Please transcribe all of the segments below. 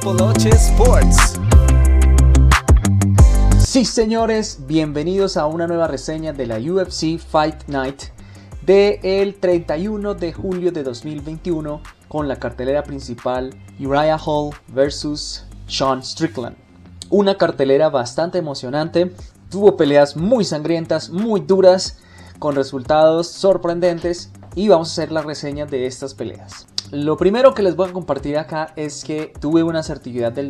Poloche Sports. Sí, señores, bienvenidos a una nueva reseña de la UFC Fight Night del 31 de julio de 2021 con la cartelera principal Uriah Hall vs Sean Strickland. Una cartelera bastante emocionante, tuvo peleas muy sangrientas, muy duras, con resultados sorprendentes y vamos a hacer la reseña de estas peleas. Lo primero que les voy a compartir acá es que tuve una asertividad del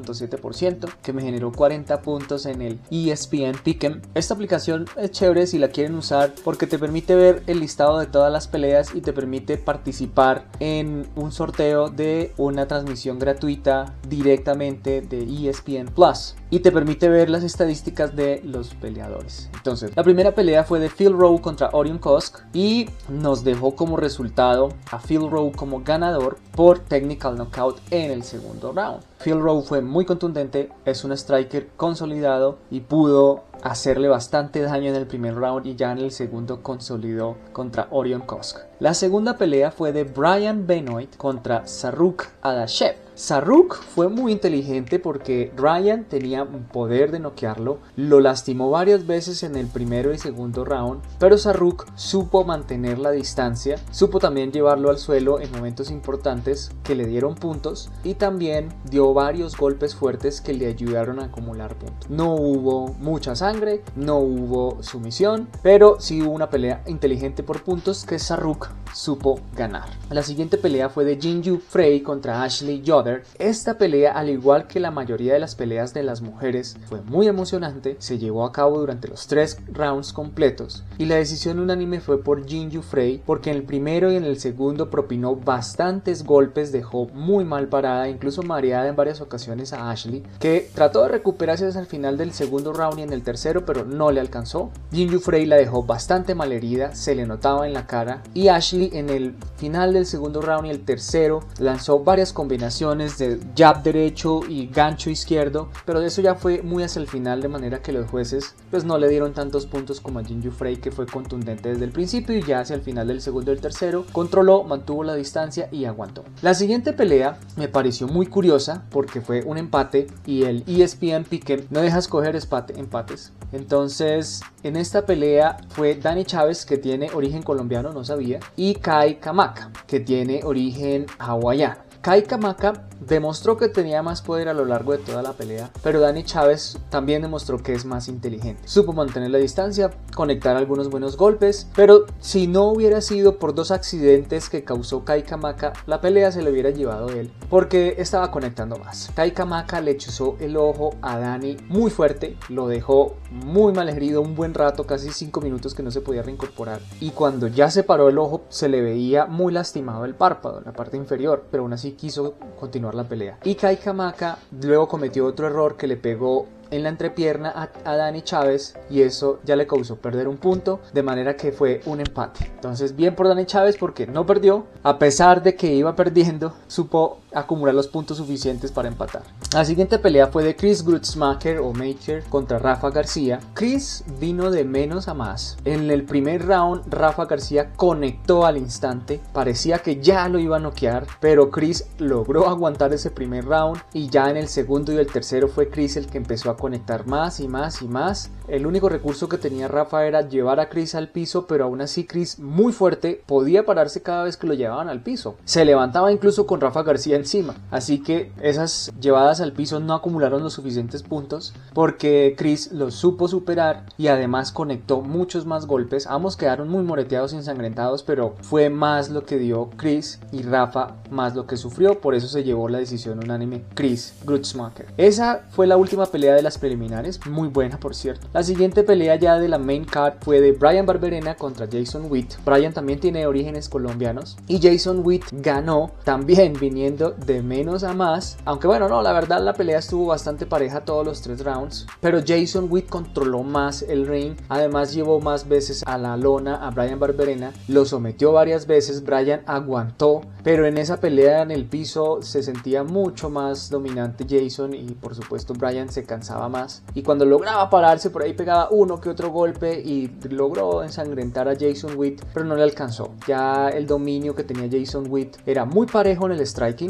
90.7% que me generó 40 puntos en el ESPN Pick'em. Esta aplicación es chévere si la quieren usar porque te permite ver el listado de todas las peleas y te permite participar en un sorteo de una transmisión gratuita directamente de ESPN Plus y te permite ver las estadísticas de los peleadores. Entonces, la primera pelea fue de Phil Rowe contra Orion Cosce y nos dejó como resultado a Phil Rowe como ganador por technical knockout en el segundo round. Phil Rowe fue muy contundente, es un striker consolidado y pudo hacerle bastante daño en el primer round y ya en el segundo consolidó contra Orion Cosce. La segunda pelea fue de Brian Benoit contra Zarrukh Adashev. Zarrukh fue muy inteligente porque Brian tenía poder de noquearlo, lo lastimó varias veces en el primero y segundo round, pero Zarrukh supo mantener la distancia, supo también llevarlo al suelo en momentos importantes que le dieron puntos y también dio varios golpes fuertes que le ayudaron a acumular puntos. No hubo mucha sangre, no hubo sumisión, pero sí hubo una pelea inteligente por puntos que Zarrukh supo ganar. La siguiente pelea fue de Jinju Frey contra Ashley Yoder. Esta pelea, al igual que la mayoría de las peleas de las mujeres, fue muy emocionante, se llevó a cabo durante los 3 rounds completos y la decisión unánime fue por Jinju Frey porque en el primero y en el segundo propinó bastantes golpes, dejó muy mal parada, incluso mareada en varias ocasiones a Ashley, que trató de recuperarse hasta el final del segundo round y en el tercero, pero no le alcanzó. Jinju Frey la dejó bastante mal herida, se le notaba en la cara y Ashley en el final del segundo round y el tercero lanzó varias combinaciones de jab derecho y gancho izquierdo, pero eso ya fue muy hacia el final, de manera que los jueces pues no le dieron tantos puntos como a Jinju Frey, que fue contundente desde el principio y ya hacia el final del segundo y el tercero controló, mantuvo la distancia y aguantó. La siguiente pelea me pareció muy curiosa porque fue un empate y el ESPN Pick'em no deja escoger empates. Entonces en esta pelea fue Danny Chávez, que tiene origen colombiano, no sabía, y Kai Kamaka, que tiene origen hawaiano. Kai Kamaka demostró que tenía más poder a lo largo de toda la pelea, pero Danny Chávez también demostró que es más inteligente. Supo mantener la distancia, conectar algunos buenos golpes, pero si no hubiera sido por 2 accidentes que causó Kai Kamaka, la pelea se le hubiera llevado él, porque estaba conectando más. Kai Kamaka le chuzó el ojo a Danny muy fuerte, lo dejó muy mal herido un buen rato, casi 5 minutos que no se podía reincorporar, y cuando ya se paró el ojo se le veía muy lastimado el párpado, la parte inferior, pero aún así quiso continuar la pelea. Y Kai Kamaka luego cometió otro error que le pegó en la entrepierna a Danny Chávez y eso ya le causó perder un punto, de manera que fue un empate. Entonces bien por Danny Chávez porque no perdió, a pesar de que iba perdiendo, supo acumular los puntos suficientes para empatar. La siguiente pelea fue de Chris Gruetzemacher o Maker contra Rafa García. Chris vino de menos a más. En el primer round Rafa García conectó al instante, parecía que ya lo iba a noquear, pero Chris logró aguantar ese primer round y ya en el segundo y el tercero fue Chris el que empezó a conectar más y más y más. El único recurso que tenía Rafa era llevar a Chris al piso, pero aún así Chris, muy fuerte, podía pararse cada vez que lo llevaban al piso. Se levantaba incluso con Rafa García encima, así que esas llevadas al piso no acumularon los suficientes puntos porque Chris los supo superar y además conectó muchos más golpes. Ambos quedaron muy moreteados y ensangrentados, pero fue más lo que dio Chris y Rafa más lo que sufrió, por eso se llevó la decisión unánime Chris Gruetzemacher. Esa fue la última pelea de las preliminares, muy buena por cierto. La siguiente pelea ya de la main card fue de Bryan Barberena contra Jason Witt. Bryan también tiene orígenes colombianos y Jason Witt ganó también viniendo de menos a más, aunque bueno, no, la verdad la pelea estuvo bastante pareja todos los 3 rounds, pero Jason Witt controló más el ring, además llevó más veces a la lona a Bryan Barberena, lo sometió varias veces, Bryan aguantó, pero en esa pelea en el piso se sentía mucho más dominante Jason y por supuesto Bryan se cansaba más y cuando lograba pararse por ahí pegaba uno que otro golpe y logró ensangrentar a Jason Witt, pero no le alcanzó. Ya el dominio que tenía Jason Witt era muy parejo en el striking,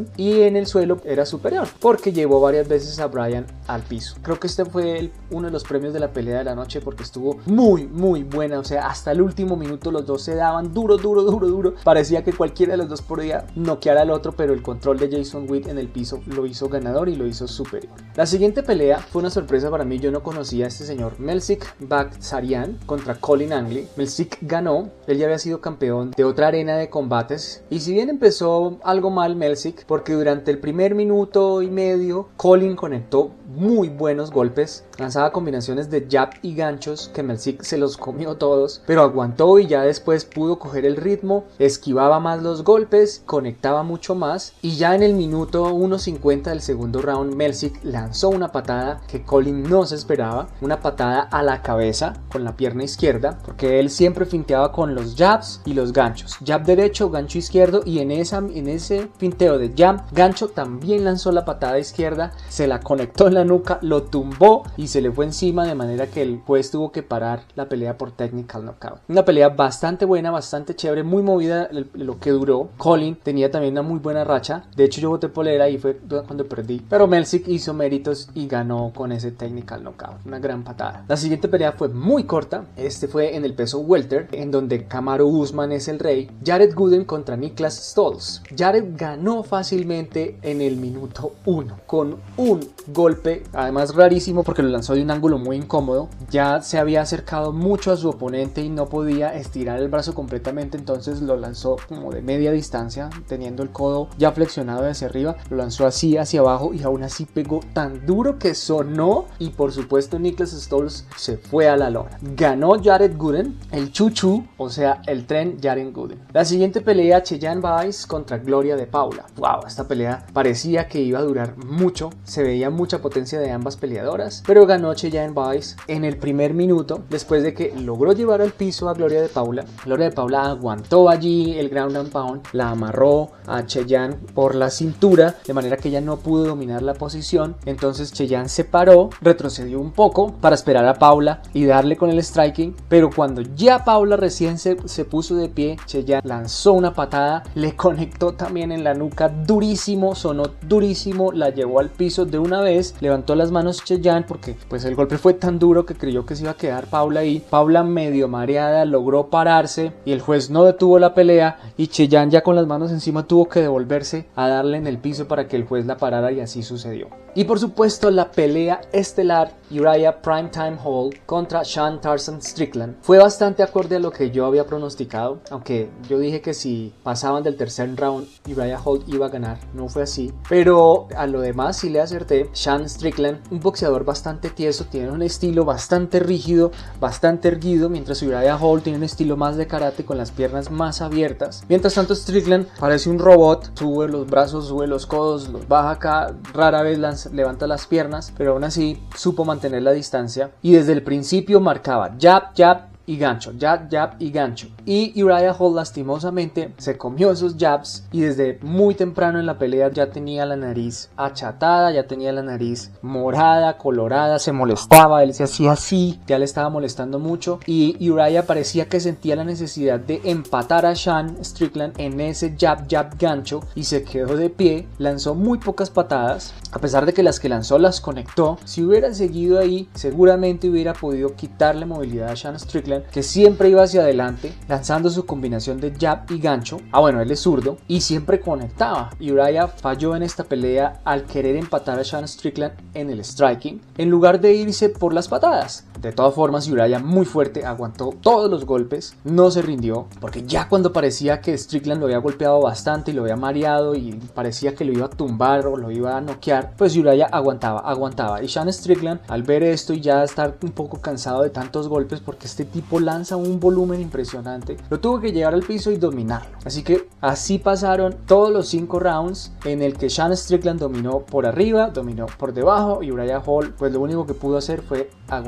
y en el suelo era superior porque llevó varias veces a Bryan al piso. Creo que este fue uno de los premios de la pelea de la noche porque estuvo muy buena, o sea, hasta el último minuto los dos se daban duro, parecía que cualquiera de los dos podía noquear al otro, pero el control de Jason Witt en el piso lo hizo ganador y lo hizo superior. La siguiente pelea fue una sorpresa para mí, yo no conocía a este señor Melsik Baghdasaryan contra Colin Angley. Melsik ganó, él ya había sido campeón de otra arena de combates y si bien empezó algo mal Melsik porque durante el primer minuto y medio Colin conectó muy buenos golpes, lanzaba combinaciones de jab y ganchos que Melsik se los comió todos, pero aguantó y ya después pudo coger el ritmo, esquivaba más los golpes, conectaba mucho más y ya en el minuto 1:50 del segundo round Melsik lanzó una patada que Colin no se esperaba, una patada a la cabeza con la pierna izquierda, porque él siempre finteaba con los jabs y los ganchos, jab derecho, gancho izquierdo, y en ese finteo de jab, gancho también lanzó la patada izquierda, se la conectó en la nuca, lo tumbó y se le fue encima, de manera que el juez tuvo que parar la pelea por technical knockout. Una pelea bastante buena, bastante chévere, muy movida lo que duró. Colin tenía también una muy buena racha, de hecho yo boté polera y fue cuando perdí, pero Melsik hizo méritos y ganó con ese technical knockout, una gran patada. La siguiente pelea fue muy corta, fue en el peso welter, en donde Kamaru Usman es el rey. Jared Gooden contra Niklas Stoltz. Jared ganó fácilmente en el minuto 1 con un golpe, además rarísimo porque lo lanzó de un ángulo muy incómodo. Ya se había acercado mucho a su oponente y no podía estirar el brazo completamente, entonces lo lanzó como de media distancia, teniendo el codo ya flexionado hacia arriba, lo lanzó así hacia abajo y aún así pegó tan duro que sonó, y por supuesto Niklas Stoltz se fue a la lona. Ganó Jared Gooden, el chuchu, o sea el tren Jared Gooden. La siguiente pelea, Cheyenne Buys contra Gloria de Paula. Wow, esta pelea parecía que iba a durar mucho, se veía mucha potencia de ambas peleadoras, pero ganó Cheyenne Buys en el primer minuto, después de que logró llevar al piso a Gloria de Paula. Gloria de Paula aguantó allí el ground and pound, la amarró a Cheyenne por la cintura, de manera que ella no pudo dominar la posición. Entonces Cheyenne se paró, retrocedió un poco para esperar a Paula y darle con el striking, pero cuando ya Paula recién se puso de pie, Cheyenne lanzó una patada, le conectó también en la nuca durísimo, sonó durísimo, la llevó al piso de una vez, levantó las manos Cheyenne porque pues el golpe fue tan duro que creyó que se iba a quedar Paula ahí. Paula, medio mareada, logró pararse y el juez no detuvo la pelea, y Cheyenne ya con las manos encima tuvo que devolverse a darle en el piso para que el juez la parara, y así sucedió. Y por supuesto la pelea estelar, Uriah Primetime Hall contra Sean Tarzan Strickland, fue bastante acorde a lo que yo había pronosticado, aunque yo dije que si pasaban del tercer round Uriah Hall iba a ganar, no fue así, pero a lo demás sí le acerté. Sean Strickland, un boxeador bastante tieso, tiene un estilo bastante rígido, bastante erguido, mientras Uriah Hall tiene un estilo más de karate con las piernas más abiertas. Mientras tanto Strickland parece un robot, sube los brazos, sube los codos, los baja acá, rara vez levanta las piernas, pero aún así supo mantener la distancia y desde el principio marcaba jab, jab y gancho, jab, jab y gancho. Y Uriah Hall lastimosamente se comió esos jabs y desde muy temprano en la pelea ya tenía la nariz achatada, ya tenía la nariz morada, colorada, se molestaba, él se hacía así, ya le estaba molestando mucho, y Uriah parecía que sentía la necesidad de empatar a Sean Strickland en ese jab, jab, gancho, y se quedó de pie, lanzó muy pocas patadas, a pesar de que las que lanzó las conectó. Si hubiera seguido ahí seguramente hubiera podido quitarle movilidad a Sean Strickland, que siempre iba hacia adelante lanzando su combinación de jab y gancho. Bueno, él es zurdo y siempre conectaba. Uriah falló en esta pelea al querer empatar a Sean Strickland en el striking en lugar de irse por las patadas. De todas formas, Uriah muy fuerte, aguantó todos los golpes, no se rindió, porque ya cuando parecía que Strickland lo había golpeado bastante y lo había mareado y parecía que lo iba a tumbar o lo iba a noquear, pues Uriah aguantaba. Y Sean Strickland, al ver esto y ya estar un poco cansado de tantos golpes, porque este tipo lanza un volumen impresionante, lo tuvo que llevar al piso y dominarlo. Así que así pasaron todos los 5 rounds, en el que Sean Strickland dominó por arriba, dominó por debajo, y Uriah Hall pues lo único que pudo hacer fue aguantar.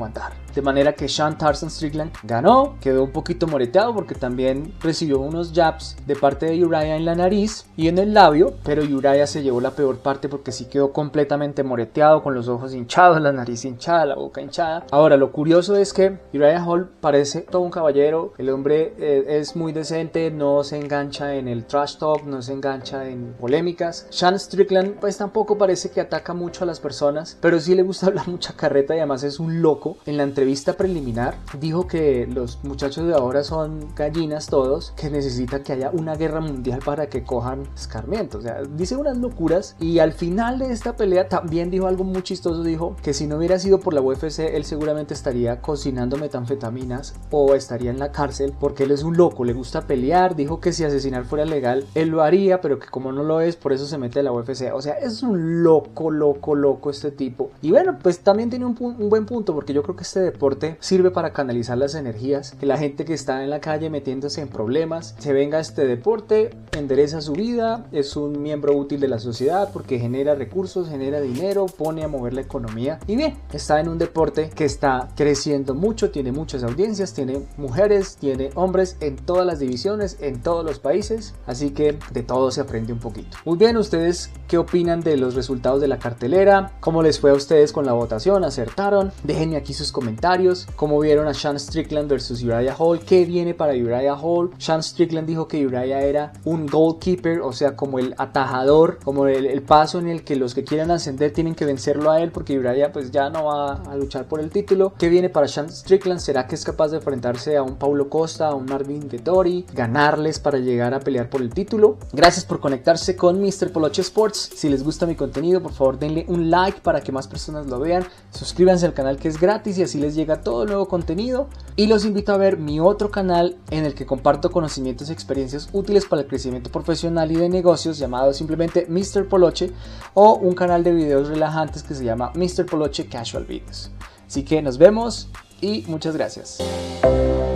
de manera que Sean Tarzan Strickland ganó, quedó un poquito moreteado porque también recibió unos jabs de parte de Uriah en la nariz y en el labio, pero Uriah se llevó la peor parte porque sí quedó completamente moreteado, con los ojos hinchados, la nariz hinchada, la boca hinchada. Ahora, lo curioso es que Uriah Hall parece todo un caballero, el hombre es muy decente, no se engancha en el trash talk, no se engancha en polémicas. Sean Strickland pues tampoco parece que ataca mucho a las personas, pero sí le gusta hablar mucha carreta y además es un loco. En la entrevista preliminar dijo que los muchachos de ahora son gallinas todos, que necesitan que haya una guerra mundial para que cojan escarmiento, o sea, dice unas locuras. Y al final de esta pelea también dijo algo muy chistoso, dijo que si no hubiera sido por la UFC él seguramente estaría cocinando metanfetaminas o estaría en la cárcel, porque él es un loco, le gusta pelear. Dijo que si asesinar fuera legal él lo haría, pero que como no lo es, por eso se mete a la UFC. O sea, es un loco este tipo. Y bueno, pues también tiene un buen punto, porque yo creo que este deporte sirve para canalizar las energías, que la gente que está en la calle metiéndose en problemas se venga a este deporte, endereza su vida, es un miembro útil de la sociedad porque genera recursos, genera dinero, pone a mover la economía. Y bien, está en un deporte que está creciendo mucho, tiene muchas audiencias, tiene mujeres, tiene hombres en todas las divisiones, en todos los países, así que de todo se aprende un poquito. Muy bien, ¿ustedes qué opinan de los resultados de la cartelera? ¿Cómo les fue a ustedes con la votación? ¿Acertaron? Déjenme aquí sus comentarios. ¿Cómo vieron a Sean Strickland versus Uriah Hall? ¿Qué viene para Uriah Hall? Sean Strickland dijo que Uriah era un goalkeeper, o sea, como el atajador, como el paso en el que los que quieran ascender tienen que vencerlo a él, porque Uriah pues ya no va a luchar por el título. ¿Qué viene para Sean Strickland? ¿Será que es capaz de enfrentarse a un Paulo Costa, a un Marvin Vettori, ganarles para llegar a pelear por el título? Gracias por conectarse con Mr. Poloche Sports. Si les gusta mi contenido, por favor denle un like para que más personas lo vean. Suscríbanse al canal, que es gratis, y así les llega todo el nuevo contenido. Y los invito a ver mi otro canal en el que comparto conocimientos y experiencias útiles para el crecimiento profesional y de negocios, llamado simplemente Mr. Poloche, o un canal de videos relajantes que se llama Mr. Poloche Casual Videos. Así que nos vemos y muchas gracias.